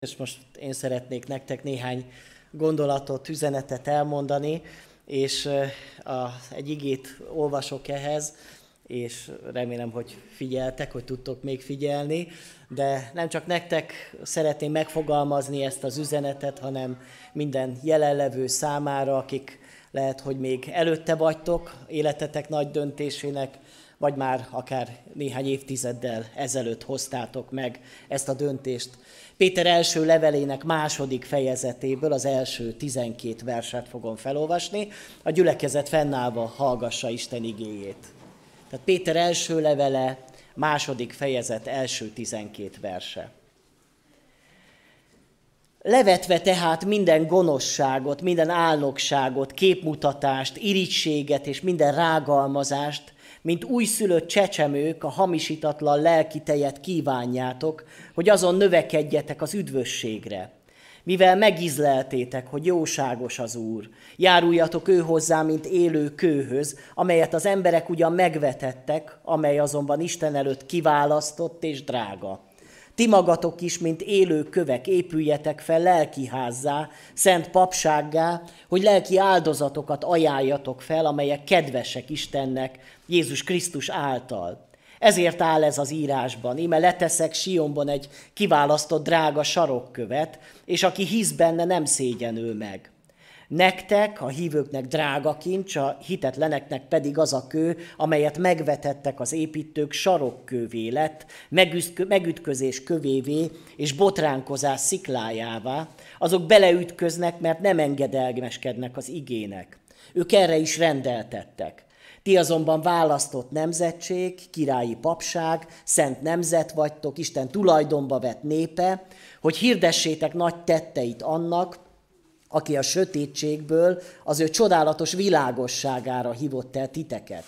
És most én szeretnék nektek néhány gondolatot, üzenetet elmondani, és egy igét olvasok ehhez, és remélem, hogy figyeltek, hogy tudtok még figyelni, de nem csak nektek szeretném megfogalmazni ezt az üzenetet, hanem minden jelenlevő számára, akik lehet, hogy még előtte vagytok életetek nagy döntésének, vagy már akár néhány évtizeddel ezelőtt hoztátok meg ezt a döntést. Péter első levelének második fejezetéből az első 12 verset fogom felolvasni. A gyülekezet fennállva hallgassa Isten igéjét. Tehát Péter első levele, második fejezet, első 12 verse. Levetve tehát minden gonoszságot, minden álnokságot, képmutatást, irigységet és minden rágalmazást, mint újszülött csecsemők a hamisítatlan lelki tejet kívánjátok, hogy azon növekedjetek az üdvösségre. Mivel megízleltétek, hogy jóságos az Úr, járuljatok ő hozzá, mint élő kőhöz, amelyet az emberek ugyan megvetettek, amely azonban Isten előtt kiválasztott és drága. Ti magatok is, mint élő kövek, épüljetek fel lelkiházzá, szent papsággá, hogy lelki áldozatokat ajánljatok fel, amelyek kedvesek Istennek, Jézus Krisztus által. Ezért áll ez az írásban: íme leteszek Sionban egy kiválasztott drága sarokkövet, és aki hisz benne, nem szégyenül meg. Nektek, a hívőknek drága kincs, a hitetleneknek pedig az a kő, amelyet megvetettek az építők, sarokkővé lett, megütközés kövévé és botránkozás sziklájává. Azok beleütköznek, mert nem engedelmeskednek az igének. Ők erre is rendeltettek. Ti azonban választott nemzetség, királyi papság, szent nemzet vagytok, Isten tulajdonba vett népe, hogy hirdessétek nagy tetteit annak, aki a sötétségből az ő csodálatos világosságára hívott el titeket.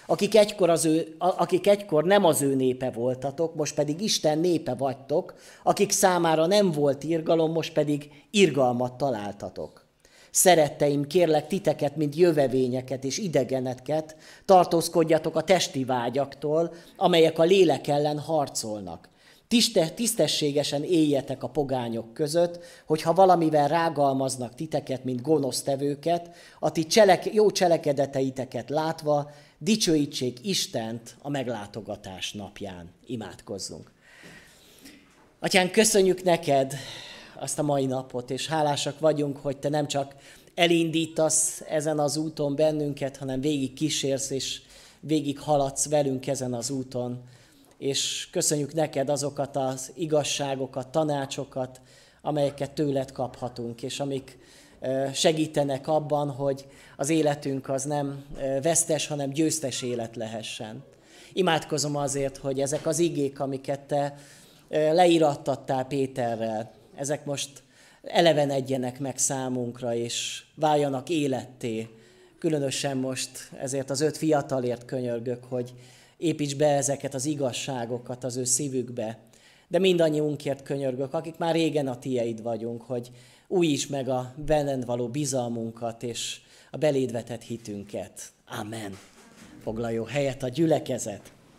Akik egykor nem az ő népe voltatok, most pedig Isten népe vagytok, akik számára nem volt irgalom, most pedig irgalmat találtatok. Szeretteim, kérlek titeket, mint jövevényeket és idegeneket, tartózkodjatok a testi vágyaktól, amelyek a lélek ellen harcolnak. Tisztességesen éljetek a pogányok között, hogyha valamivel rágalmaznak titeket, mint gonosztevőket, a ti jó cselekedeteiteket látva dicsőítsék Istent a meglátogatás napján. Imádkozzunk. Atyán, köszönjük neked azt a mai napot, és hálásak vagyunk, hogy te nem csak elindítasz ezen az úton bennünket, hanem végig kísérsz, és végig haladsz velünk ezen az úton. És köszönjük neked azokat az igazságokat, tanácsokat, amelyeket tőled kaphatunk, és amik segítenek abban, hogy az életünk az nem vesztes, hanem győztes élet lehessen. Imádkozom azért, hogy ezek az igék, amiket te leírattattál Péterrel, ezek most elevenedjenek meg számunkra, és váljanak életté. Különösen most ezért az 5 fiatalért könyörgök, hogy építs be ezeket az igazságokat az ő szívükbe. De mindannyiunkért könyörgök, akik már régen a tieid vagyunk, hogy újítsd meg a benned való bizalmunkat és a beléd vetett hitünket. Amen. Foglaljon helyet a gyülekezet.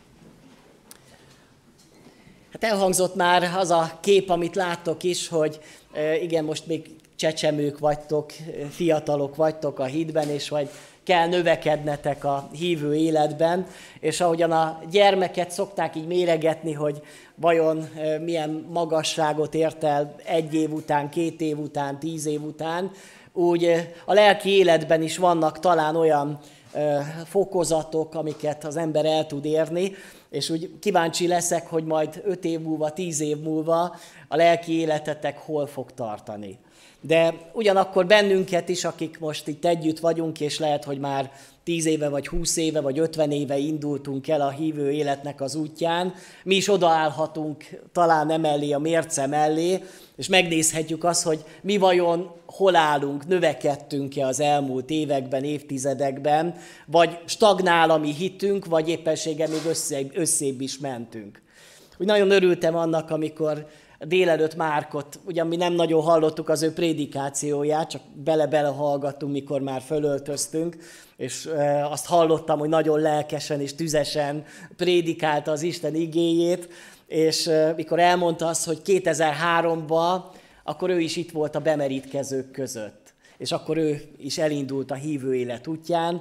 Hát elhangzott már az a kép, amit láttok is, hogy igen, most még csecsemők vagytok, fiatalok vagytok a hitben, és vagy kell növekednetek a hívő életben, és ahogyan a gyermeket szokták így méregetni, hogy vajon milyen magasságot ért el 1 év után, 2 év után, 10 év után, úgy a lelki életben is vannak talán olyan fokozatok, amiket az ember el tud érni, és úgy kíváncsi leszek, hogy majd 5 év múlva, 10 év múlva a lelki életetek hol fog tartani. De ugyanakkor bennünket is, akik most itt együtt vagyunk, és lehet, hogy már 10 éve, vagy 20 éve, vagy 50 éve indultunk el a hívő életnek az útján, mi is odaállhatunk talán emellé, a mérce mellé, és megnézhetjük azt, hogy mi vajon hol állunk, növekedtünk-e az elmúlt években, évtizedekben, vagy stagnál a mi hitünk, vagy éppenséggel még összébb is mentünk. Úgy nagyon örültem annak, amikor délelőtt Márkot, ugyan mi nem nagyon hallottuk az ő prédikációját, csak bele-bele hallgattunk, mikor már fölöltöztünk, és azt hallottam, hogy nagyon lelkesen és tüzesen prédikálta az Isten igéjét, és mikor elmondta azt, hogy 2003-ban akkor ő is itt volt a bemerítkezők között. És akkor ő is elindult a hívő élet útján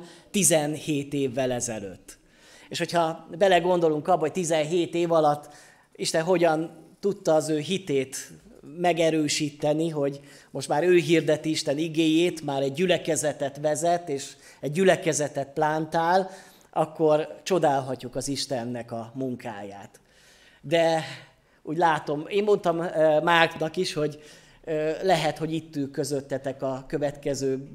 17 évvel ezelőtt. És hogyha belegondolunk abba, hogy 17 év alatt Isten hogyan tudta az ő hitét megerősíteni, hogy most már ő hirdeti Isten igéjét, már egy gyülekezetet vezet, és egy gyülekezetet plántál, akkor csodálhatjuk az Istennek a munkáját. De úgy látom, én mondtam Márknak is, hogy lehet, hogy itt ül közöttetek a következő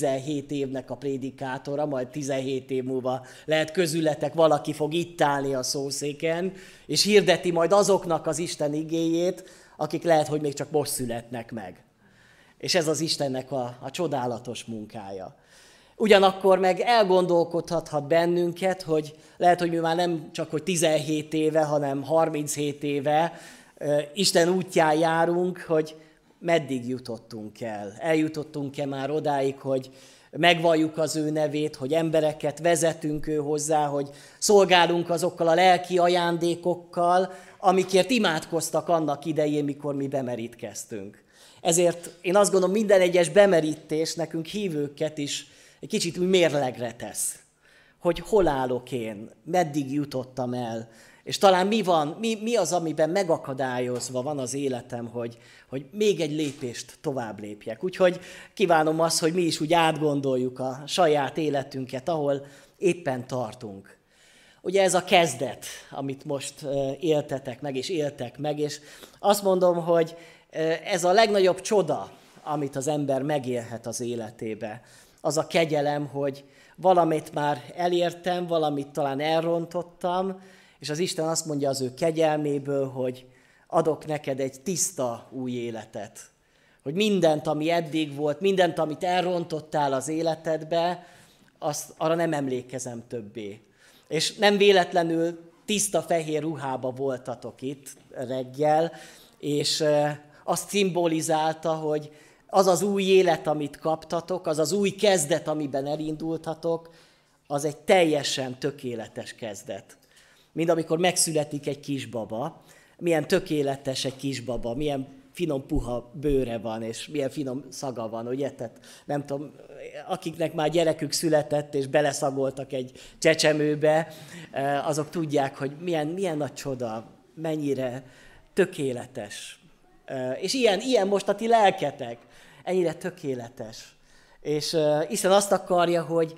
17 évnek a prédikátora, majd 17 év múlva lehet közületek valaki fog itt állni a szószéken, és hirdeti majd azoknak az Isten igéjét, akik lehet, hogy még csak most születnek meg. És ez az Istennek a csodálatos munkája. Ugyanakkor meg elgondolkodhat bennünket, hogy lehet, hogy mi már nem csak hogy 17 éve, hanem 37 éve Isten útján járunk, hogy meddig jutottunk el. Eljutottunk-e már odáig, hogy megvalljuk az ő nevét, hogy embereket vezetünk ő hozzá, hogy szolgálunk azokkal a lelki ajándékokkal, amikért imádkoztak annak idején, mikor mi bemerítkeztünk. Ezért én azt gondolom, minden egyes bemerítés nekünk hívőket is egy kicsit úgy mérlegre tesz, hogy hol állok én, meddig jutottam el, és talán mi az, amiben megakadályozva van az életem, hogy még egy lépést tovább lépjek. Úgyhogy kívánom azt, hogy mi is úgy átgondoljuk a saját életünket, ahol éppen tartunk. Ugye ez a kezdet, amit most éltetek meg, és éltek meg, és azt mondom, hogy ez a legnagyobb csoda, amit az ember megélhet az életébe. Az a kegyelem, hogy valamit már elértem, valamit talán elrontottam, és az Isten azt mondja az ő kegyelméből, hogy adok neked egy tiszta új életet. Hogy mindent, ami eddig volt, mindent, amit elrontottál az életedbe, arra nem emlékezem többé. És nem véletlenül tiszta fehér ruhába voltatok itt reggel, és azt szimbolizálta, hogy az az új élet, amit kaptatok, az az új kezdet, amiben elindultatok, az egy teljesen tökéletes kezdet. Mint amikor megszületik egy kisbaba, milyen tökéletes egy kisbaba, milyen finom puha bőre van, és milyen finom szaga van, ugye? Tehát nem tudom, akiknek már gyerekük született, és beleszagoltak egy csecsemőbe, azok tudják, hogy milyen nagy csoda, mennyire tökéletes. És ilyen most a ti lelketek, ennyire tökéletes. És Isten azt akarja, hogy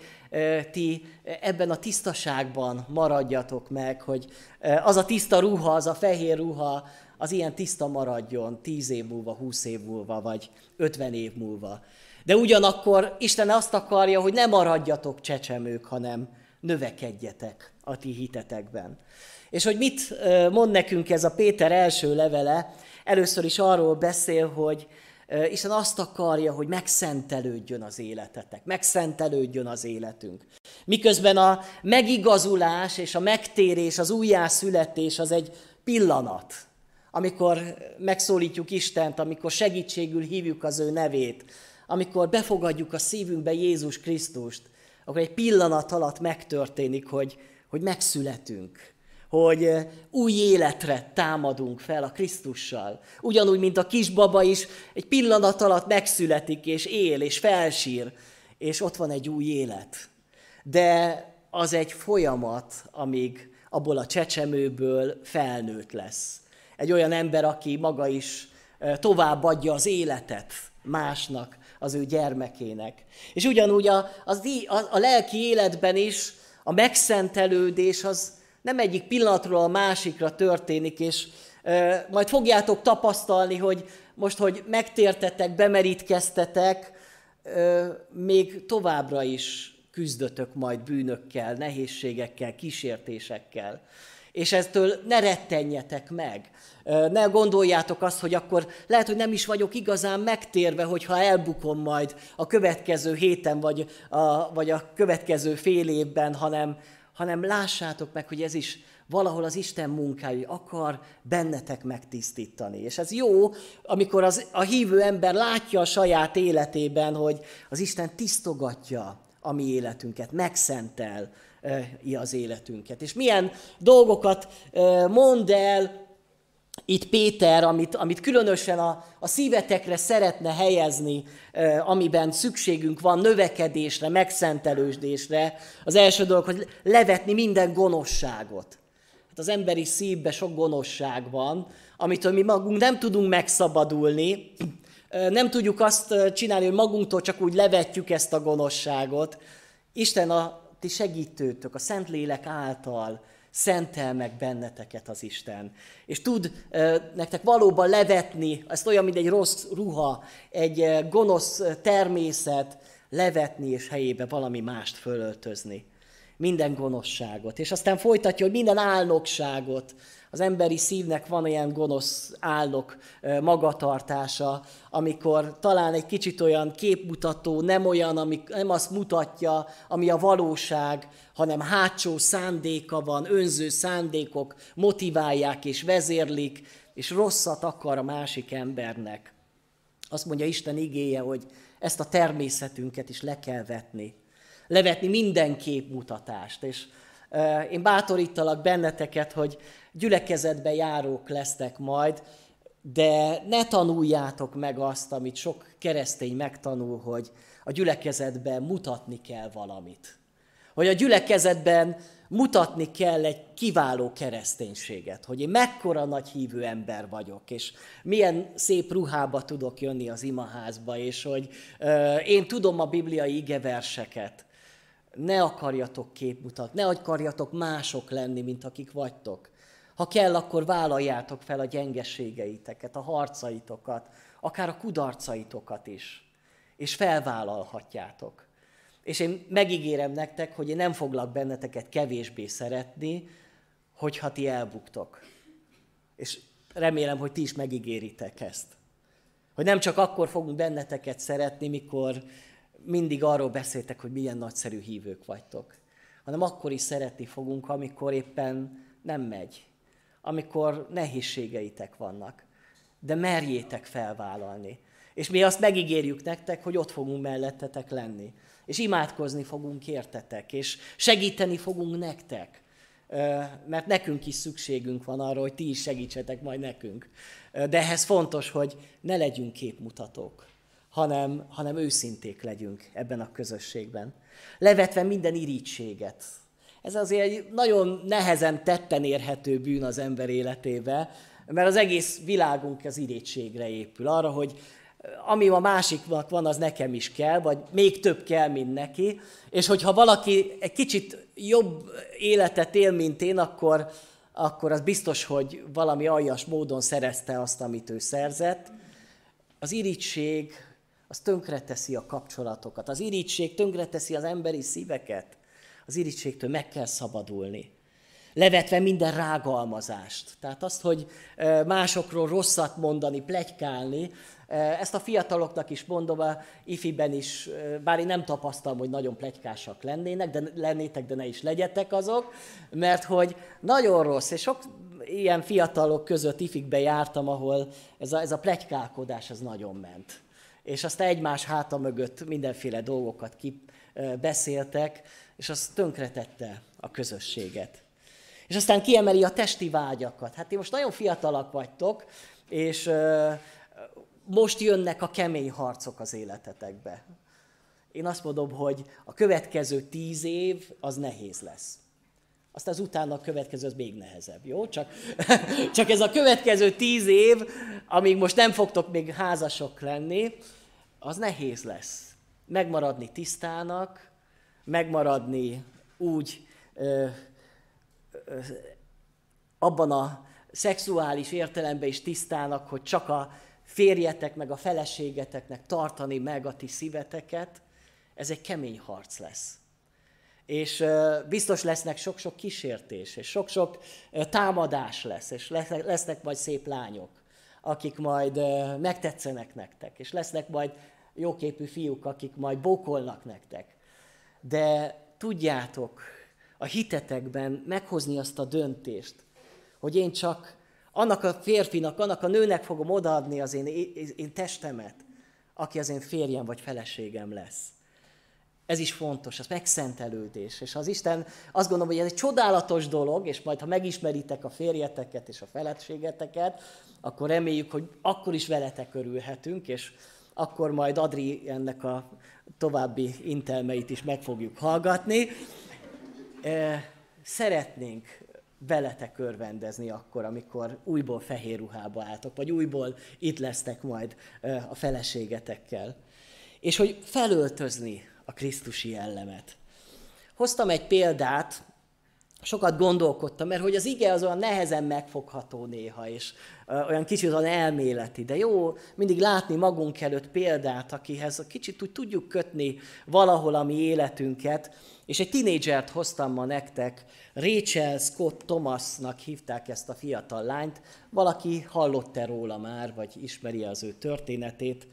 ti ebben a tisztaságban maradjatok meg, hogy az a tiszta ruha, az a fehér ruha, az ilyen tiszta maradjon 10 év múlva, 20 év múlva, vagy 50 év múlva. De ugyanakkor Isten azt akarja, hogy ne maradjatok csecsemők, hanem növekedjetek a ti hitetekben. És hogy mit mond nekünk ez a Péter első levele, először is arról beszél, hogy Isten azt akarja, hogy megszentelődjön az életetek, megszentelődjön az életünk. Miközben a megigazulás és a megtérés, az újjászületés az egy pillanat, amikor megszólítjuk Istent, amikor segítségül hívjuk az ő nevét, amikor befogadjuk a szívünkbe Jézus Krisztust, akkor egy pillanat alatt megtörténik, hogy megszületünk, hogy új életre támadunk fel a Krisztussal. Ugyanúgy, mint a kisbaba is egy pillanat alatt megszületik, és él, és felsír, és ott van egy új élet. De az egy folyamat, amíg abból a csecsemőből felnőtt lesz. Egy olyan ember, aki maga is továbbadja az életet másnak, az ő gyermekének. És ugyanúgy a lelki életben is a megszentelődés az nem egyik pillanatról a másikra történik, és majd fogjátok tapasztalni, hogy most, hogy megtértetek, bemerítkeztetek, még továbbra is küzdötök majd bűnökkel, nehézségekkel, kísértésekkel. És eztől ne rettenjetek meg. Ne gondoljátok azt, hogy akkor lehet, hogy nem is vagyok igazán megtérve, hogyha elbukom majd a következő héten, vagy a következő fél évben, hanem lássátok meg, hogy ez is valahol az Isten munkája, hogy akar bennetek megtisztítani. És ez jó, amikor a hívő ember látja a saját életében, hogy az Isten tisztogatja a mi életünket, megszentelje az életünket. És milyen dolgokat mond el itt Péter, amit különösen a szívetekre szeretne helyezni, amiben szükségünk van növekedésre, megszentelődésre, az első dolog, hogy levetni minden gonoszságot. Hát az emberi szívben sok gonoszság van, amitől mi magunk nem tudunk megszabadulni, nem tudjuk azt csinálni, hogy magunktól csak úgy levetjük ezt a gonoszságot. Isten a ti segítőtök, a Szentlélek által szentel meg benneteket az Isten. És tud nektek valóban levetni, ezt olyan, mint egy rossz ruha, egy gonosz természet, levetni és helyébe valami mást fölöltözni. Minden gonoszságot. És aztán folytatja, hogy minden álnokságot. Az emberi szívnek van ilyen gonosz álnok magatartása, amikor talán egy kicsit olyan képmutató, nem olyan, nem azt mutatja, ami a valóság, hanem hátsó szándéka van, önző szándékok motiválják és vezérlik, és rosszat akar a másik embernek. Azt mondja Isten igéje, hogy ezt a természetünket is le kell vetni. Levetni minden képmutatást. És én bátorítalak benneteket, hogy gyülekezetbe járók lesztek majd, de ne tanuljátok meg azt, amit sok keresztény megtanul, hogy a gyülekezetben mutatni kell valamit. Hogy a gyülekezetben mutatni kell egy kiváló kereszténységet, hogy én mekkora nagy hívő ember vagyok, és milyen szép ruhába tudok jönni az imaházba, és hogy én tudom a bibliai igeverseket. Ne akarjatok képmutatni, ne akarjatok mások lenni, mint akik vagytok. Ha kell, akkor vállaljátok fel a gyengeségeiteket, a harcaitokat, akár a kudarcaitokat is, és felvállalhatjátok. És én megígérem nektek, hogy én nem foglak benneteket kevésbé szeretni, hogyha ti elbuktok. És remélem, hogy ti is megígéritek ezt. Hogy nem csak akkor fogunk benneteket szeretni, mikor mindig arról beszéltek, hogy milyen nagyszerű hívők vagytok, hanem akkor is szeretni fogunk, amikor éppen nem megy, amikor nehézségeitek vannak. De merjétek felvállalni. És mi azt megígérjük nektek, hogy ott fogunk mellettetek lenni. És imádkozni fogunk értetek, és segíteni fogunk nektek. Mert nekünk is szükségünk van arra, hogy ti is segítsetek majd nekünk. De ehhez fontos, hogy ne legyünk képmutatók, hanem őszinték legyünk ebben a közösségben. Levetve minden irítséget. Ez azért egy nagyon nehezen tetten érhető bűn az ember életébe, mert az egész világunk az irítségre épül. Arra, hogy ami a másiknak van, az nekem is kell, vagy még több kell, mint neki. És hogyha valaki egy kicsit jobb életet él, mint én, akkor az biztos, hogy valami aljas módon szerezte azt, amit ő szerzett. Az irigység, az tönkreteszi a kapcsolatokat. Az irigység tönkreteszi az emberi szíveket. Az irítségtől meg kell szabadulni. Levetve minden rágalmazást. Tehát azt, hogy másokról rosszat mondani, pletykálni, ezt a fiataloknak is mondom, a ifiben is, bár én nem tapasztalom, hogy nagyon pletykásak lennétek, de ne is legyetek azok, mert hogy nagyon rossz, és sok ilyen fiatalok között ifikben jártam, ahol ez a pletykálkodás az nagyon ment. És aztán egymás háta mögött mindenféle dolgokat beszéltek, és az tönkretette a közösséget. És aztán kiemeli a testi vágyakat. Hát ti most nagyon fiatalak vagytok, és most jönnek a kemény harcok az életetekbe. Én azt mondom, hogy a következő 10 év az nehéz lesz. Aztán az utána a következő az még nehezebb, jó? Csak ez a következő 10 év, amíg most nem fogtok még házasok lenni, az nehéz lesz. Megmaradni tisztának, megmaradni úgy abban a szexuális értelemben is tisztának, hogy csak a férjetek meg a feleségeteknek tartani meg a ti szíveteket, ez egy kemény harc lesz. És biztos lesznek sok-sok kísértés, és sok-sok támadás lesz, és lesznek majd szép lányok, akik majd megtetszenek nektek, és lesznek majd jóképű fiúk, akik majd bókolnak nektek. De tudjátok a hitetekben meghozni azt a döntést, hogy én csak annak a férfinak, annak a nőnek fogom odaadni az én testemet, aki az én férjem vagy feleségem lesz. Ez is fontos, az megszentelődés. És az Isten azt gondolom, hogy ez egy csodálatos dolog, és majd ha megismeritek a férjeteket és a feleségeteket, akkor reméljük, hogy akkor is veletek örülhetünk, és akkor majd Adri ennek a további intelmeit is meg fogjuk hallgatni. Szeretnénk veletek örvendezni akkor, amikor újból fehér ruhába álltok, vagy újból itt lesztek majd a feleségetekkel. És hogy felöltözni a krisztusi jellemet. Hoztam egy példát, sokat gondolkodtam, mert hogy az ige az olyan nehezen megfogható néha, és olyan kicsit olyan elméleti, de jó mindig látni magunk előtt példát, akihez kicsit úgy tudjuk kötni valahol a mi életünket, és egy tinédzsert hoztam ma nektek, Rachel Scott Thomasnak hívták ezt a fiatal lányt, valaki hallott-e róla már, vagy ismeri az ő történetét.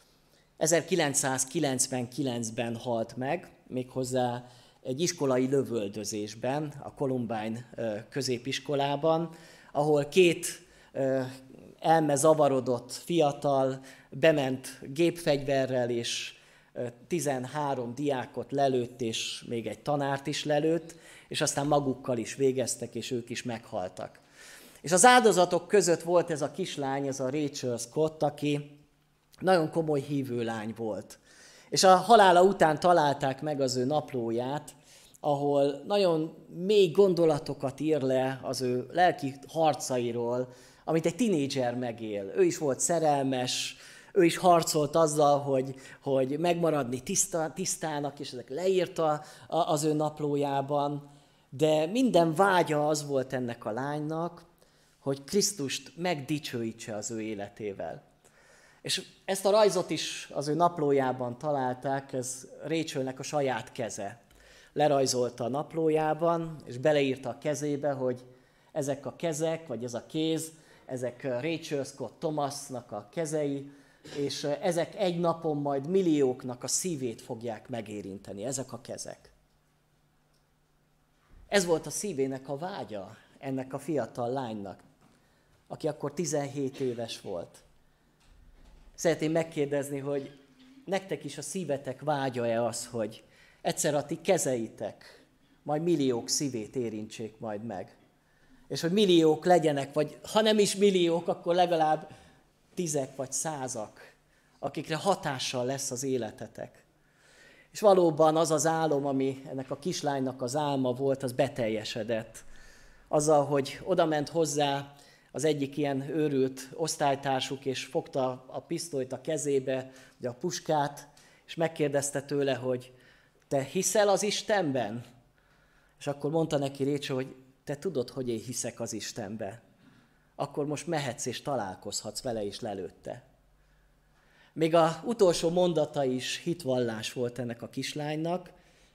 1999-ben halt meg, méghozzá egy iskolai lövöldözésben, a Columbine középiskolában, ahol két elmezavarodott fiatal bement gépfegyverrel, és 13 diákot lelőtt, és még egy tanárt is lelőtt, és aztán magukkal is végeztek, és ők is meghaltak. És az áldozatok között volt ez a kislány, ez a Rachel Scott, aki nagyon komoly hívő lány volt. És a halála után találták meg az ő naplóját, ahol nagyon mély gondolatokat ír le az ő lelki harcairól, amit egy tinédzser megél. Ő is volt szerelmes, ő is harcolt azzal, hogy megmaradni tisztának, és ezek leírta az ő naplójában, de minden vágya az volt ennek a lánynak, hogy Krisztust megdicsőítse az ő életével. És ezt a rajzot is az ő naplójában találták, ez Rachelnek a saját keze. Lerajzolta a naplójában, és beleírta a kezébe, hogy ezek a kezek, vagy ez a kéz, ezek Rachel Scott Thomasnak a kezei, és ezek egy napon majd millióknak a szívét fogják megérinteni, ezek a kezek. Ez volt a szívének a vágya ennek a fiatal lánynak, aki akkor 17 éves volt. Szeretném megkérdezni, hogy nektek is a szívetek vágya-e az, hogy egyszer a ti kezeitek majd milliók szívét érintsék majd meg. És hogy milliók legyenek, vagy ha nem is milliók, akkor legalább 10 vagy 100, akikre hatással lesz az életetek. És valóban az az álom, ami ennek a kislánynak az álma volt, az beteljesedett. Azzal, hogy odament hozzá az egyik ilyen őrült osztálytársuk, és fogta a pisztolyt a kezébe, vagy a puskát, és megkérdezte tőle, hogy te hiszel az Istenben? És akkor mondta neki Rachel, hogy te tudod, hogy én hiszek az Istenbe. Akkor most mehetsz és találkozhatsz vele, és lelőtte. Még az utolsó mondata is hitvallás volt ennek a kislánynak,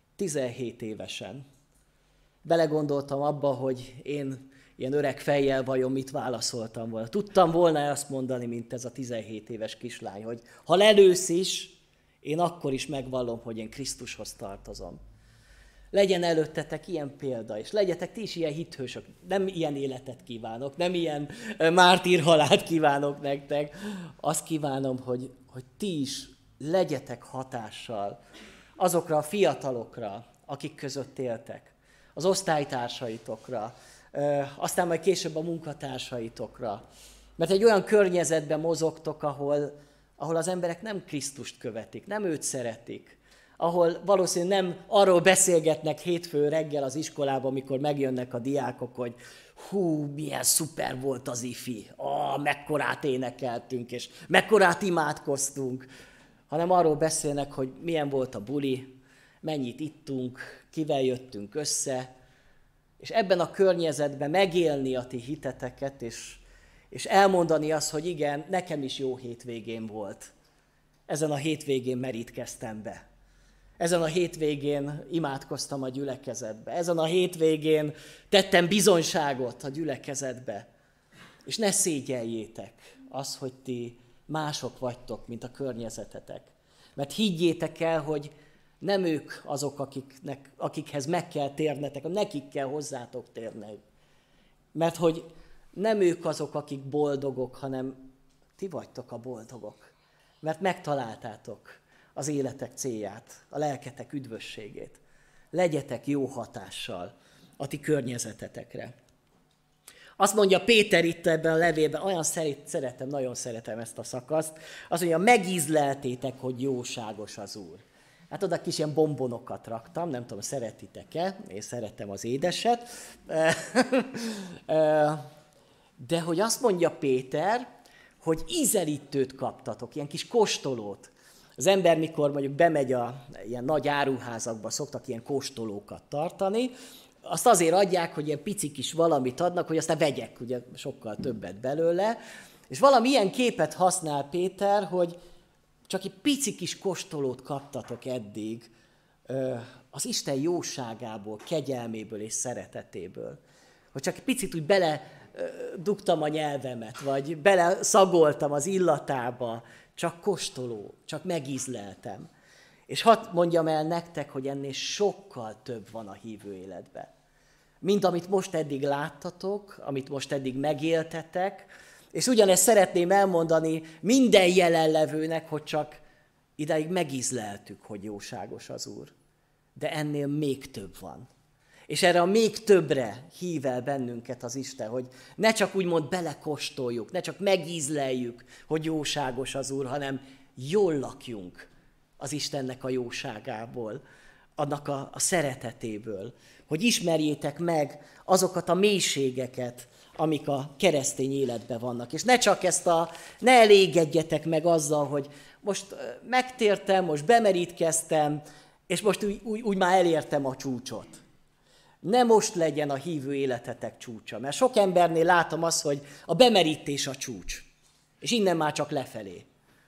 17 évesen. Belegondoltam abba, hogy én ilyen öreg fejjel vajon mit válaszoltam volna. Tudtam volna azt mondani, mint ez a 17 éves kislány, hogy ha lelősz is, én akkor is megvallom, hogy én Krisztushoz tartozom. Legyen előttetek ilyen példa, és legyetek ti is ilyen hithősök. Nem ilyen életet kívánok, nem ilyen mártírhalált kívánok nektek. Azt kívánom, hogy ti is legyetek hatással azokra a fiatalokra, akik között éltek, az osztálytársaitokra, aztán majd később a munkatársaitokra. Mert egy olyan környezetben mozogtok, ahol az emberek nem Krisztust követik, nem őt szeretik, ahol valószínűleg nem arról beszélgetnek hétfő reggel az iskolában, amikor megjönnek a diákok, hogy hú, milyen szuper volt az ifi, mekkorát énekeltünk, és mekkorát imádkoztunk, hanem arról beszélnek, hogy milyen volt a buli, mennyit ittunk, kivel jöttünk össze, és ebben a környezetben megélni a ti hiteteket, és elmondani azt, hogy igen, nekem is jó hétvégén volt. Ezen a hétvégén merítkeztem be. Ezen a hétvégén imádkoztam a gyülekezetbe. Ezen a hétvégén tettem bizonyságot a gyülekezetbe. És ne szégyeljétek az, hogy ti mások vagytok, mint a környezetetek. Mert higgyétek el, hogy nem ők azok, akikhez meg kell térnetek, nekik kell hozzátok térni. Mert hogy nem ők azok, akik boldogok, hanem ti vagytok a boldogok. Mert megtaláltátok az életek célját, a lelketek üdvösségét. Legyetek jó hatással a ti környezetetekre. Azt mondja Péter itt ebben a levélben, olyan szeretem, nagyon szeretem ezt a szakaszt, azt mondja, megízleltétek, hogy jóságos az Úr. Hát oda kis ilyen bombonokat raktam, nem tudom, szeretitek-e, én szeretem az édeset. De hogy azt mondja Péter, hogy ízelítőt kaptatok, ilyen kis kóstolót. Az ember, mikor mondjuk bemegy ilyen nagy áruházakba, szoktak ilyen kóstolókat tartani, azt azért adják, hogy ilyen pici kis valamit adnak, hogy aztán vegyek, ugye sokkal többet belőle. És valami ilyen képet használ Péter, hogy csak egy pici kis kóstolót kaptatok eddig az Isten jóságából, kegyelméből és szeretetéből. Hogy csak egy picit úgy beledugtam a nyelvemet, vagy beleszagoltam az illatába, csak kóstoló, csak megízleltem. És hadd mondjam el nektek, hogy ennél sokkal több van a hívő életben. Mint amit most eddig láttatok, amit most eddig megéltetek, és ugyanezt szeretném elmondani minden jelenlevőnek, hogy csak idáig megízleltük, hogy jóságos az Úr. De ennél még több van. És erre a még többre hív el bennünket az Isten, hogy ne csak úgymond belekóstoljuk, ne csak megízleljük, hogy jóságos az Úr, hanem jól lakjunk az Istennek a jóságából, annak a szeretetéből, hogy ismerjétek meg azokat a mélységeket, amik a keresztény életben vannak. És ne elégedjetek meg azzal, hogy most megtértem, most bemerítkeztem, és most úgy már elértem a csúcsot. Ne most legyen a hívő életetek csúcsa, mert sok embernél látom azt, hogy a bemerítés a csúcs, és innen már csak lefelé.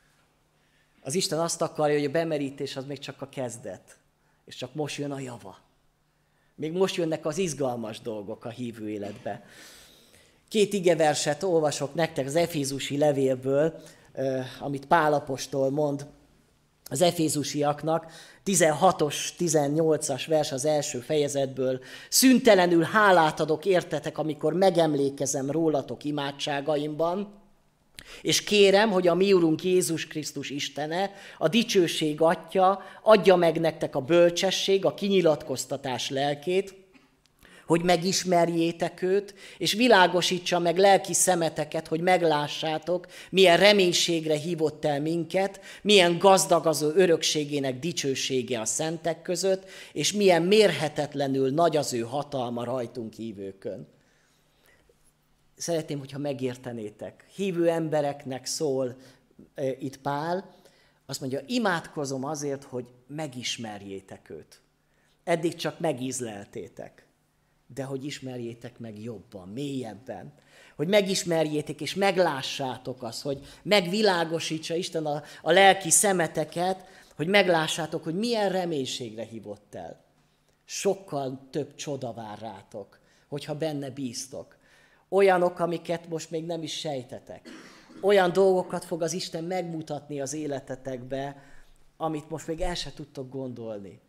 Az Isten azt akarja, hogy a bemerítés az még csak a kezdet, és csak most jön a java. Még most jönnek az izgalmas dolgok a hívő életbe. 2 igeverset olvasok nektek az efézusi levélből, amit Pál apostol mond az efézusiaknak, 16-os, 18-as vers az első fejezetből. Szüntelenül hálát adok értetek, amikor megemlékezem rólatok imádságaimban, és kérem, hogy a mi Urunk Jézus Krisztus Istene, a dicsőség Atya, adja meg nektek a bölcsesség, a kinyilatkoztatás lelkét, hogy megismerjétek őt, és világosítsa meg lelki szemeteket, hogy meglássátok, milyen reménységre hívott el minket, milyen gazdag az ő örökségének dicsősége a szentek között, és milyen mérhetetlenül nagy az ő hatalma rajtunk hívőkön. Szeretném, hogyha megértenétek. Hívő embereknek szól itt Pál, azt mondja, imádkozom azért, hogy megismerjétek őt. Eddig csak megízleltétek, de hogy ismerjétek meg jobban, mélyebben. Hogy megismerjétek és meglássátok azt, hogy megvilágosítsa Isten a lelki szemeteket, hogy meglássátok, hogy milyen reménységre hívott el. Sokkal több csoda vár rátok, hogyha benne bíztok. Olyanok, amiket most még nem is sejtetek. Olyan dolgokat fog az Isten megmutatni az életetekbe, amit most még el se tudtok gondolni.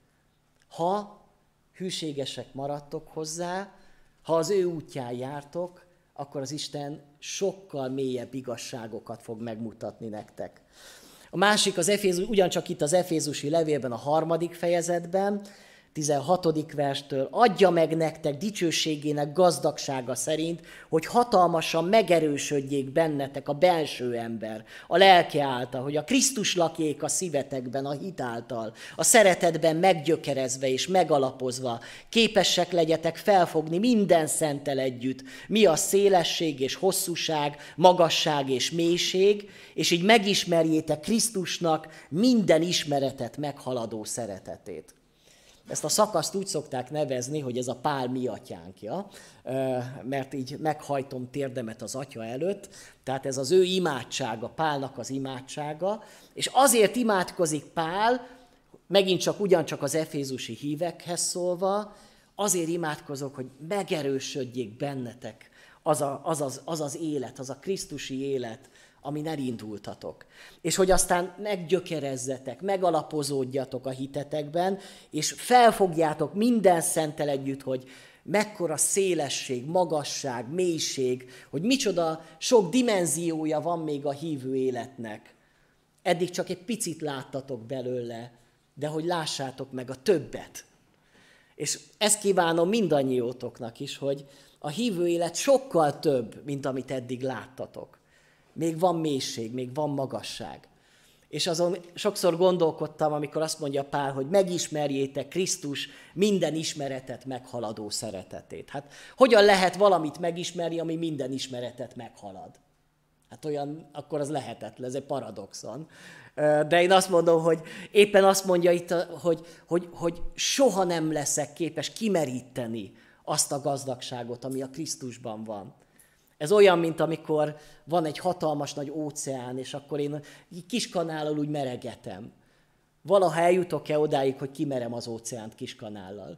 Ha hűségesek maradtok hozzá, ha az ő útján jártok, akkor az Isten sokkal mélyebb igazságokat fog megmutatni nektek. A másik, ugyancsak itt az efézusi levélben, a 3. fejezetben, 16. verstől, adja meg nektek dicsőségének gazdagsága szerint, hogy hatalmasan megerősödjék bennetek a belső ember, a lelke által, hogy a Krisztus lakjék a szívetekben, a hit által, a szeretetben meggyökerezve és megalapozva, képesek legyetek felfogni minden szenttel együtt, mi a szélesség és hosszúság, magasság és mélység, és így megismerjétek Krisztusnak minden ismeretet meghaladó szeretetét. Ezt a szakaszt úgy szokták nevezni, hogy ez a Pál mi atyánkja, mert így meghajtom térdemet az atya előtt, tehát ez az ő imádsága, Pálnak az imádsága, és azért imádkozik Pál, megint csak ugyancsak az efézusi hívekhez szólva, azért imádkozok, hogy megerősödjék bennetek az az élet, az a krisztusi élet, amin elindultatok. És hogy aztán meggyökerezzetek, megalapozódjatok a hitetekben, és felfogjátok minden szenttel együtt, hogy mekkora szélesség, magasság, mélység, hogy micsoda sok dimenziója van még a hívő életnek. Eddig csak egy picit láttatok belőle, de hogy lássátok meg a többet. És ezt kívánom mindannyiótoknak is, hogy a hívő élet sokkal több, mint amit eddig láttatok. Még van mélység, még van magasság. És azon sokszor gondolkodtam, amikor azt mondja Pál, hogy megismerjétek Krisztus minden ismeretet meghaladó szeretetét. Hát hogyan lehet valamit megismerni, ami minden ismeretet meghalad? Hát olyan, akkor az lehetetlen, ez egy paradoxon. De én azt mondom, hogy éppen azt mondja itt, hogy soha nem leszek képes kimeríteni azt a gazdagságot, ami a Krisztusban van. Ez olyan, mint amikor van egy hatalmas nagy óceán, és akkor én kis kanállal úgy meregetem. Valaha eljutok-e odáig, hogy kimerem az óceánt kis kanállal?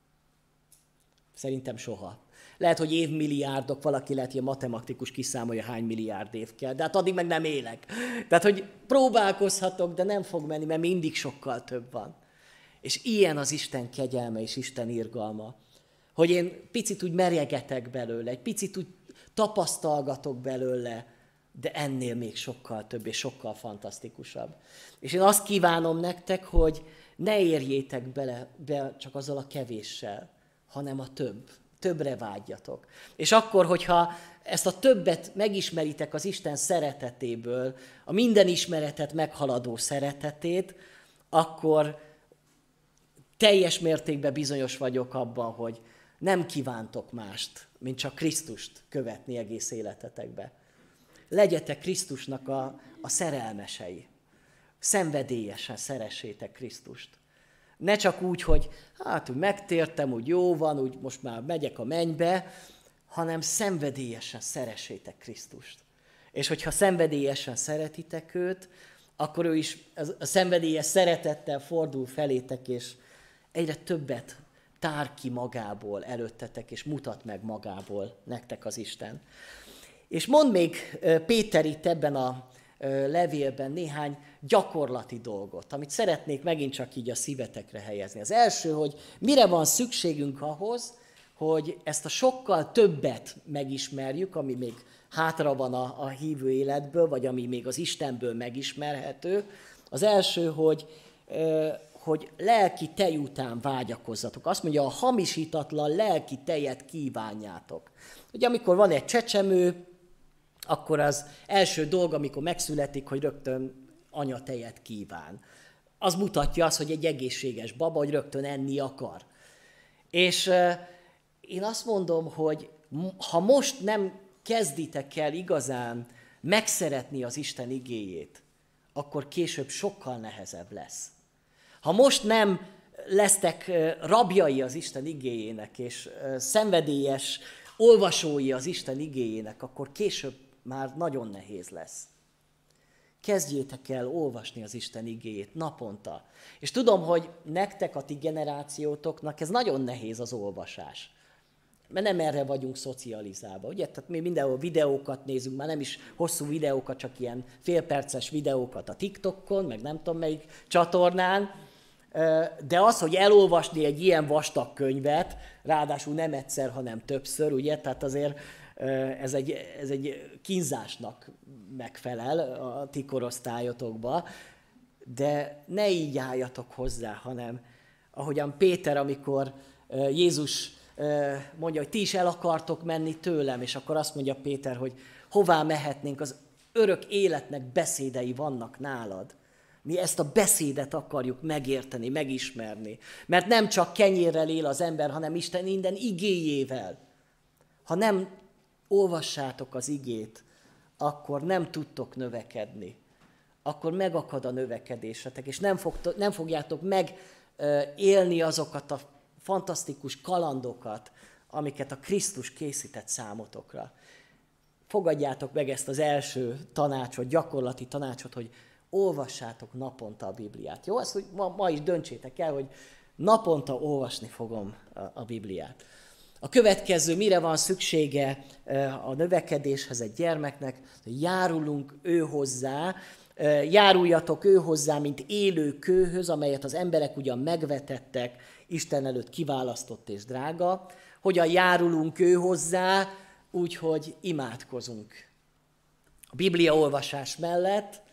Szerintem soha. Lehet, hogy évmilliárdok, valaki lehet, hogy a matematikus kiszámolja, hány milliárd év kell, de hát addig meg nem élek. Tehát, hogy próbálkozhatok, de nem fog menni, mert mindig sokkal több van. És ilyen az Isten kegyelme és Isten irgalma, hogy én picit úgy merjegetek belőle, egy picit úgy tapasztalgatok belőle, de ennél még sokkal több és sokkal fantasztikusabb. És én azt kívánom nektek, hogy ne érjétek be csak azzal a kevéssel, hanem a többre vágyjatok. És akkor, hogyha ezt a többet megismeritek az Isten szeretetéből, a minden ismeretet meghaladó szeretetét, akkor teljes mértékben bizonyos vagyok abban, hogy nem kívántok mást, mint csak Krisztust követni egész életetekbe. Legyetek Krisztusnak a szerelmesei. Szenvedélyesen szeressétek Krisztust. Ne csak úgy, hogy hát úgy megtértem, úgy jó van, úgy most már megyek a mennybe, hanem szenvedélyesen szeressétek Krisztust. És hogyha szenvedélyesen szeretitek őt, akkor ő is a szenvedélyes szeretettel fordul felétek, és egyre többet tár ki magából előttetek, és mutat meg magából nektek az Isten. És mond még Péter itt ebben a levélben néhány gyakorlati dolgot, amit szeretnék megint csak így a szívetekre helyezni. Az első, hogy mire van szükségünk ahhoz, hogy ezt a sokkal többet megismerjük, ami még hátra van a hívő életből, vagy ami még az Istenből megismerhető. Az első, hogy lelki tej után vágyakozzatok. Azt mondja, a hamisítatlan lelki tejet kívánjátok. Ugye amikor van egy csecsemő, akkor az első dolog, amikor megszületik, hogy rögtön anyatejet kíván. Az mutatja azt, hogy egy egészséges baba, hogy rögtön enni akar. És én azt mondom, hogy ha most nem kezditek el igazán megszeretni az Isten igéjét, akkor később sokkal nehezebb lesz. Ha most nem lesztek rabjai az Isten igéjének, és szenvedélyes olvasói az Isten igéjének, akkor később már nagyon nehéz lesz. Kezdjétek el olvasni az Isten igéjét naponta. És tudom, hogy nektek, a ti generációtoknak ez nagyon nehéz az olvasás. Mert nem erre vagyunk szocializálva, ugye? Tehát mi mindenhol videókat nézünk, már nem is hosszú videókat, csak ilyen félperces videókat a TikTokon, meg nem tudom melyik csatornán. De az, hogy elolvasni egy ilyen vastag könyvet, ráadásul nem egyszer, hanem többször, ugye? Tehát azért ez egy kínzásnak megfelel a ti korosztályotokba, de ne így álljatok hozzá, hanem ahogyan Péter, amikor Jézus mondja, hogy ti is el akartok menni tőlem, és akkor azt mondja Péter, hogy hová mehetnénk, az örök életnek beszédei vannak nálad. Mi ezt a beszédet akarjuk megérteni, megismerni. Mert nem csak kenyérrel él az ember, hanem Isten minden igéjével. Ha nem olvassátok az igét, akkor nem tudtok növekedni. Akkor megakad a növekedésetek, és nem fogjátok megélni azokat a fantasztikus kalandokat, amiket a Krisztus készített számotokra. Fogadjátok meg ezt az első tanácsot, gyakorlati tanácsot, hogy olvassátok naponta a Bibliát. Jó? Ezt ma is döntsétek el, hogy naponta olvasni fogom a Bibliát. A következő, mire van szüksége a növekedéshez egy gyermeknek, hogy járulunk ő hozzá, járuljatok ő hozzá, mint élő kőhöz, amelyet az emberek ugyan megvetettek, Isten előtt kiválasztott és drága. Hogyan járulunk ő hozzá? Úgy, hogy imádkozunk. A Biblia olvasás mellett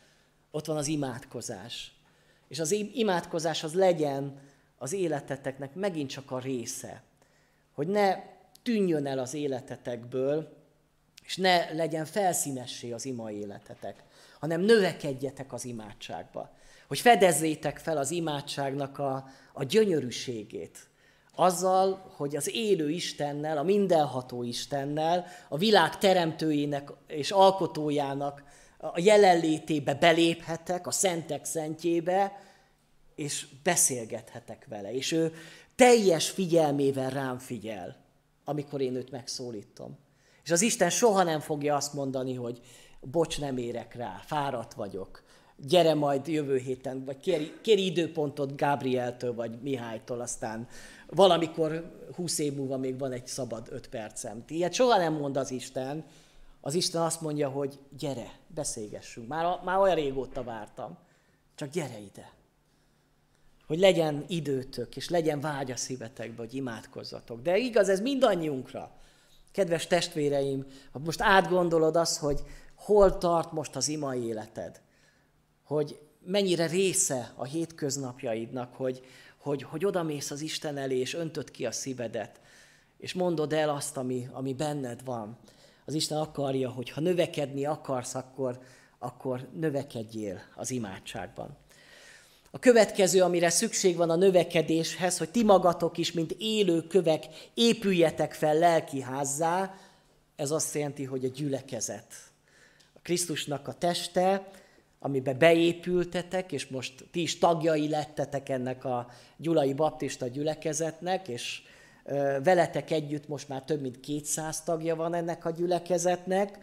Ott van az imádkozás. És az imádkozás az legyen az életeteknek megint csak a része. Hogy ne tűnjön el az életetekből, és ne legyen felszínessé az ima életetek, hanem növekedjetek az imádságba. Hogy fedezzétek fel az imádságnak a gyönyörűségét. Azzal, hogy az élő Istennel, a mindenható Istennel, a világ teremtőjének és alkotójának a jelenlétébe beléphetek, a szentek szentjébe, és beszélgethetek vele. És ő teljes figyelmével rám figyel, amikor én őt megszólítom. És az Isten soha nem fogja azt mondani, hogy bocs, nem érek rá, fáradt vagyok, gyere majd jövő héten, vagy kéri időpontot Gábrieltől, vagy Mihálytól, aztán valamikor 20 év múlva még van egy szabad 5 percem. Ilyet soha nem mond az Isten. Az Isten azt mondja, hogy gyere, beszélgessünk. Már olyan régóta vártam, csak gyere ide. Hogy legyen időtök, és legyen vágy a szívetekbe, hogy imádkozzatok. De igaz, ez mindannyiunkra. Kedves testvéreim, ha most átgondolod azt, hogy hol tart most az ima életed, hogy mennyire része a hétköznapjaidnak, hogy odamész az Isten elé, és öntöd ki a szívedet, és mondod el azt, ami benned van. Az Isten akarja, hogy ha növekedni akarsz, akkor növekedjél az imádságban. A következő, amire szükség van a növekedéshez, hogy ti magatok is, mint élő kövek, épüljetek fel lelkiházzá, ez azt jelenti, hogy a gyülekezet. A Krisztusnak a teste, amiben beépültetek, és most ti is tagjai lettetek ennek a gyulai baptista gyülekezetnek, és veletek együtt most már több mint 200 tagja van ennek a gyülekezetnek.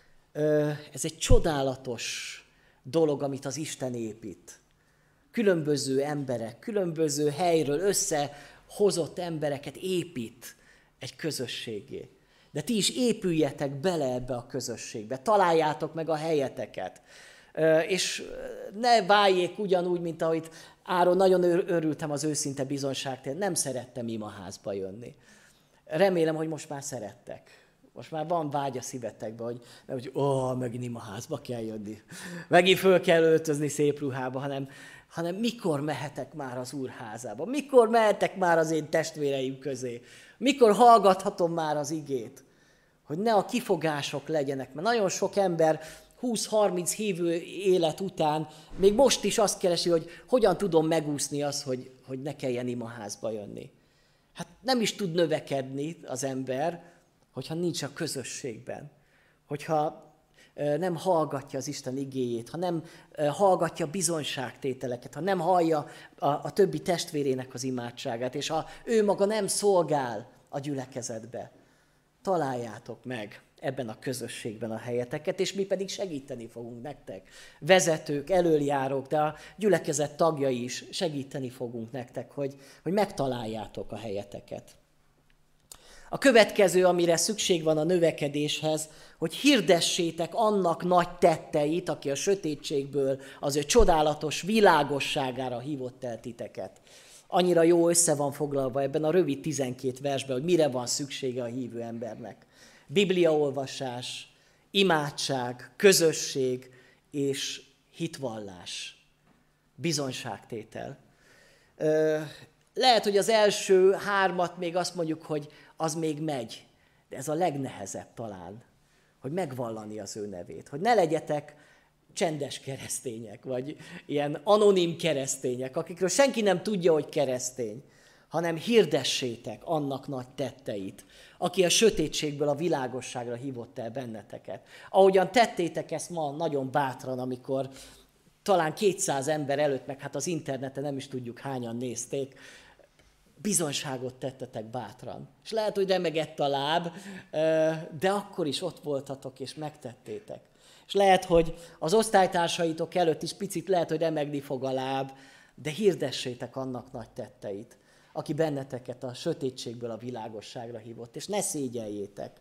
Ez egy csodálatos dolog, amit az Isten épít. Különböző emberek, különböző helyről összehozott embereket épít egy közösségé. De ti is épüljetek bele ebbe a közösségbe, találjátok meg a helyeteket. És ne váljék ugyanúgy, mint ahogy Áron, nagyon örültem az őszinte bizonságtól, nem szerettem imaházba jönni. Remélem, hogy most már szerettek. Most már van vágy a szívetekben, hogy megint imaházba kell jönni. Megint föl kell öltözni szép ruhába, hanem mikor mehetek már az Úr házába? Mikor mehetek már az én testvéreim közé? Mikor hallgathatom már az igét? Hogy ne a kifogások legyenek, mert nagyon sok ember 20-30 hívő élet után még most is azt keresi, hogy hogyan tudom megúszni azt, hogy ne kelljen imaházba jönni. Hát nem is tud növekedni az ember, hogyha nincs a közösségben. Hogyha nem hallgatja az Isten igéjét, ha nem hallgatja bizonyságtételeket, ha nem hallja a többi testvérének az imádságát, és ha ő maga nem szolgál a gyülekezetbe. Találjátok meg ebben a közösségben a helyeteket, és mi pedig segíteni fogunk nektek. Vezetők, elöljárók, de a gyülekezet tagjai is segíteni fogunk nektek, hogy megtaláljátok a helyeteket. A következő, amire szükség van a növekedéshez, hogy hirdessétek annak nagy tetteit, aki a sötétségből az ő csodálatos világosságára hívott el titeket. Annyira jó össze van foglalva ebben a rövid 12 versben, hogy mire van szüksége a hívő embernek. Bibliaolvasás, imádság, közösség és hitvallás, bizonyságtétel. Lehet, hogy az első 3 még azt mondjuk, hogy az még megy, de ez a legnehezebb talán, hogy megvallani az ő nevét, hogy ne legyetek csendes keresztények, vagy ilyen anonim keresztények, akikről senki nem tudja, hogy keresztény, hanem hirdessétek annak nagy tetteit, aki a sötétségből a világosságra hívott el benneteket. Ahogyan tettétek ezt ma nagyon bátran, amikor talán 200 ember előtt, meg hát az interneten nem is tudjuk hányan nézték, bizonyságot tettetek bátran. És lehet, hogy remegett a láb, de akkor is ott voltatok és megtettétek. És lehet, hogy az osztálytársaitok előtt is picit lehet, hogy remegni fog a láb, de hirdessétek annak nagy tetteit, aki benneteket a sötétségből a világosságra hívott, és ne szégyeljétek,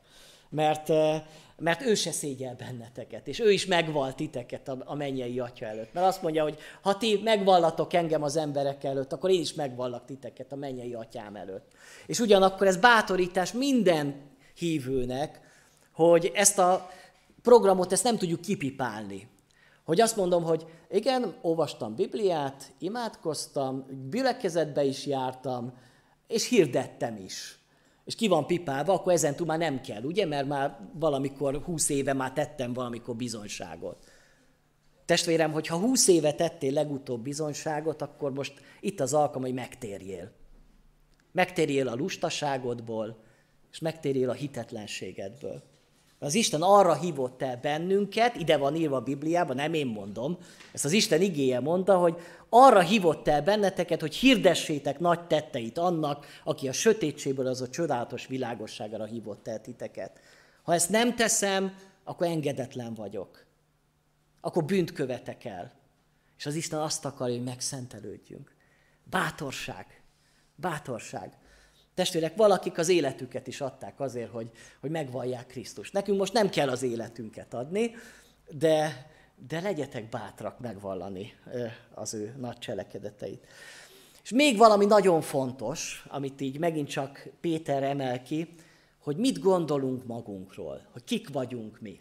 mert ő se szégyel benneteket, és ő is megvall titeket a mennyei Atya előtt. Mert azt mondja, hogy ha ti megvallatok engem az emberek előtt, akkor én is megvallak titeket a mennyei Atyám előtt. És ugyanakkor ez bátorítás minden hívőnek, hogy ezt a programot nem tudjuk kipipálni. Hogy azt mondom, hogy igen, olvastam Bibliát, imádkoztam, gyülekezetbe is jártam, és hirdettem is. És ki van pipálva, akkor ezentúl már nem kell, ugye? Mert már valamikor 20 éve már tettem valamikor bizonyságot. Testvérem, hogyha 20 éve tettél legutóbb bizonyságot, akkor most itt az alkalom, hogy megtérjél. Megtérjél a lustaságodból, és megtérjél a hitetlenségedből. Az Isten arra hívott el bennünket, ide van írva a Bibliában, nem én mondom, ezt az Isten igéje mondta, hogy arra hívott el benneteket, hogy hirdessétek nagy tetteit annak, aki a sötétségből az a csodálatos világosságra hívott el titeket. Ha ezt nem teszem, akkor engedetlen vagyok. Akkor bűnt követek el. És az Isten azt akarja, hogy megszentelődjünk. Bátorság. Bátorság. Testvérek, valakik az életüket is adták azért, hogy megvallják Krisztust. Nekünk most nem kell az életünket adni, de legyetek bátrak megvallani az ő nagy cselekedeteit. És még valami nagyon fontos, amit így megint csak Péter emel ki, hogy mit gondolunk magunkról, hogy kik vagyunk mi.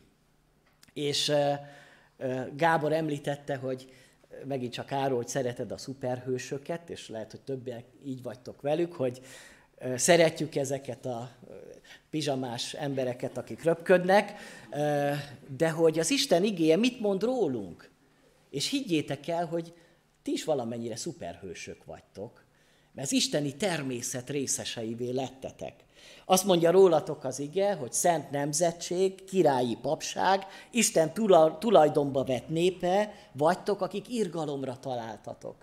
És Gábor említette, hogy megint csak arról, hogy szereted a szuperhősöket, és lehet, hogy többiek így vagytok velük, hogy szeretjük ezeket a pizsamás embereket, akik röpködnek, de hogy az Isten igéje mit mond rólunk? És higgyétek el, hogy ti is valamennyire szuperhősök vagytok, mert az isteni természet részeseivé lettetek. Azt mondja rólatok az ige, hogy szent nemzetség, királyi papság, Isten tulajdonba vett népe vagytok, akik irgalomra találtatok.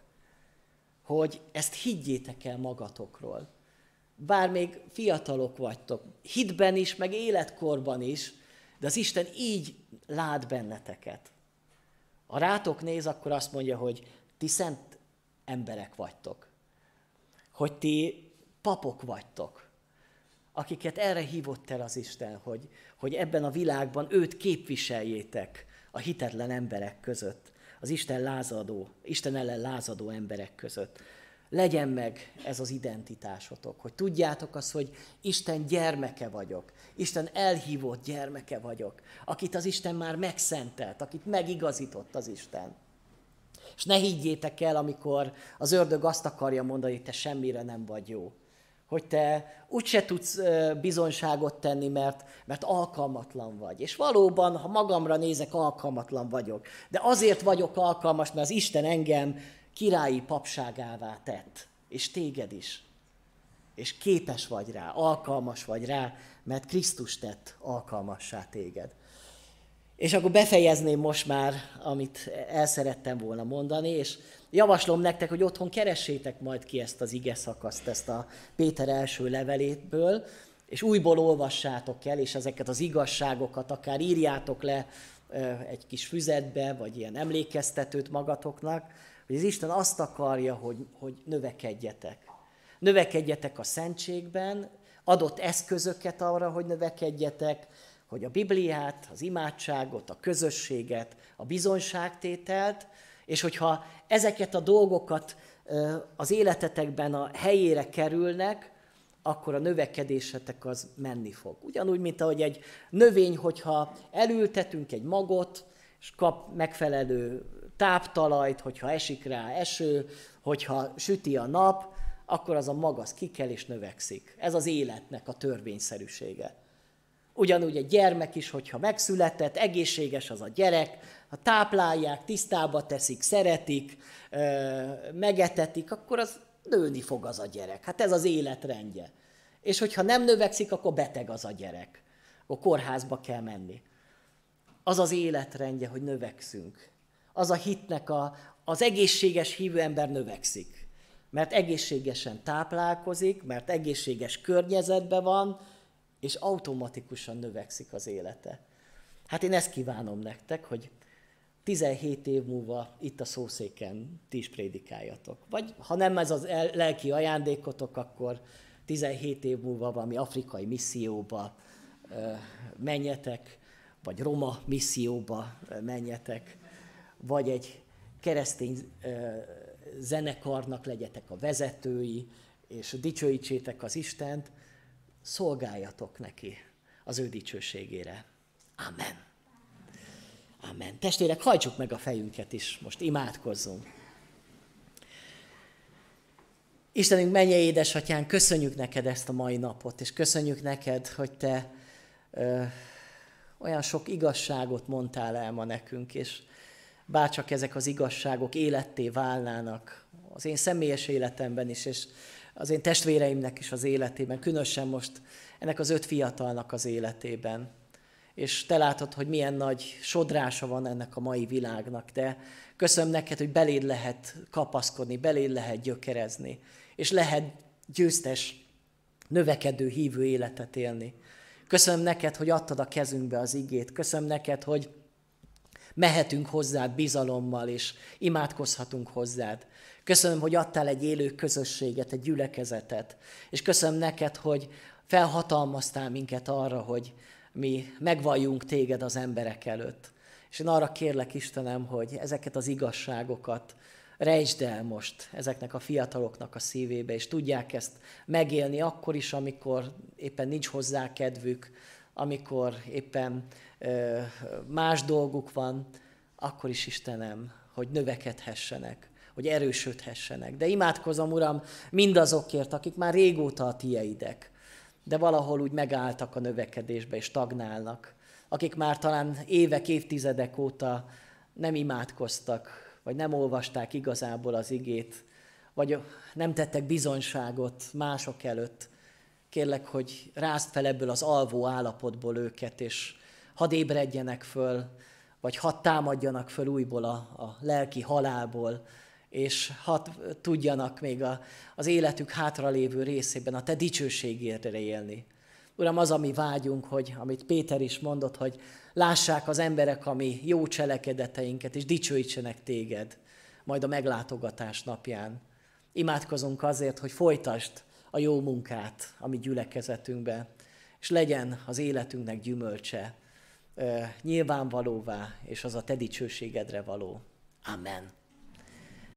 Hogy ezt higgyétek el magatokról. Bár még fiatalok vagytok, hitben is, meg életkorban is, de az Isten így lát benneteket. Ha rátok néz, akkor azt mondja, hogy ti szent emberek vagytok. Hogy ti papok vagytok, akiket erre hívott el az Isten, hogy ebben a világban őt képviseljétek a hitetlen emberek között, az Isten ellen lázadó emberek között. Legyen meg ez az identitásotok, hogy tudjátok azt, hogy Isten gyermeke vagyok, Isten elhívott gyermeke vagyok, akit az Isten már megszentelt, akit megigazított az Isten. És ne higgyétek el, amikor az ördög azt akarja mondani, hogy te semmire nem vagy jó. Hogy te úgyse tudsz bizonyságot tenni, mert alkalmatlan vagy. És valóban, ha magamra nézek, alkalmatlan vagyok. De azért vagyok alkalmas, mert az Isten engem királyi papságává tett. És téged is. És képes vagy rá, alkalmas vagy rá, mert Krisztus tett alkalmassá téged. És akkor befejezném most már, amit el szerettem volna mondani, és javaslom nektek, hogy otthon keressétek majd ki ezt az ige szakaszt, ezt a Péter első leveléből, és újból olvassátok el, és ezeket az igazságokat akár írjátok le egy kis füzetbe, vagy ilyen emlékeztetőt magatoknak, hogy az Isten azt akarja, hogy növekedjetek. Növekedjetek a szentségben, adott eszközöket arra, hogy növekedjetek, hogy a Bibliát, az imádságot, a közösséget, a bizonyságtételt, és hogyha ezeket a dolgokat az életetekben a helyére kerülnek, akkor a növekedésetek az menni fog. Ugyanúgy, mint ahogy egy növény, hogyha elültetünk egy magot, és kap megfelelő táptalajt, hogyha esik rá eső, hogyha süti a nap, akkor az a mag az kikel és növekszik. Ez az életnek a törvényszerűsége. Ugyanúgy egy gyermek is, hogyha megszületett, egészséges az a gyerek, ha táplálják, tisztába teszik, szeretik, megetetik, akkor az nőni fog az a gyerek. Hát ez az életrendje. És hogyha nem növekszik, akkor beteg az a gyerek. Akkor kórházba kell menni. Az az életrendje, hogy növekszünk. Az a hitnek az egészséges hívő ember növekszik. Mert egészségesen táplálkozik, mert egészséges környezetben van, és automatikusan növekszik az élete. Hát én ezt kívánom nektek, hogy 17 év múlva itt a szószéken ti is prédikáljatok. Vagy ha nem ez az lelki ajándékotok, akkor 17 év múlva valami afrikai misszióba menjetek, vagy roma misszióba menjetek, vagy egy keresztény zenekarnak legyetek a vezetői, és dicsőítsétek az Istent, szolgáljatok neki az ő dicsőségére. Amen. Amen. Testvérek, hajtsuk meg a fejünket is, most imádkozzunk. Istenünk, mennyei édesatyánk, köszönjük neked ezt a mai napot, és köszönjük neked, hogy te olyan sok igazságot mondtál el ma nekünk, és bárcsak ezek az igazságok életté válnának az én személyes életemben is, és az én testvéreimnek is az életében, különösen most ennek az 5 fiatalnak az életében. És te látod, hogy milyen nagy sodrása van ennek a mai világnak, de köszönöm neked, hogy beléd lehet kapaszkodni, beléd lehet gyökerezni, és lehet győztes, növekedő, hívő életet élni. Köszönöm neked, hogy adtad a kezünkbe az igét. Köszönöm neked, hogy mehetünk hozzád bizalommal, és imádkozhatunk hozzád. Köszönöm, hogy adtál egy élő közösséget, egy gyülekezetet. És köszönöm neked, hogy felhatalmaztál minket arra, hogy mi megvalljunk téged az emberek előtt. És én arra kérlek, Istenem, hogy ezeket az igazságokat rejtsd el most ezeknek a fiataloknak a szívébe, és tudják ezt megélni akkor is, amikor éppen nincs hozzá kedvük, amikor éppen más dolguk van, akkor is, Istenem, hogy növekedhessenek, hogy erősödhessenek. De imádkozom, Uram, mindazokért, akik már régóta a tieidek, de valahol úgy megálltak a növekedésbe és stagnálnak, akik már talán évek, évtizedek óta nem imádkoztak, vagy nem olvasták igazából az igét, vagy nem tettek bizonyságot mások előtt. Kérlek, hogy rázd fel ebből az alvó állapotból őket, és hadd ébredjenek föl, vagy hadd támadjanak föl újból a lelki halálból, és hadd tudjanak még az életük hátralévő részében a te dicsőségére élni. Uram, az, ami vágyunk, hogy amit Péter is mondott, hogy lássák az emberek a mi jó cselekedeteinket, és dicsőítsenek téged majd a meglátogatás napján. Imádkozunk azért, hogy folytasd a jó munkát a mi gyülekezetünkbe, és legyen az életünknek gyümölcse nyilvánvalóvá, és az a te dicsőségedre való. Amen.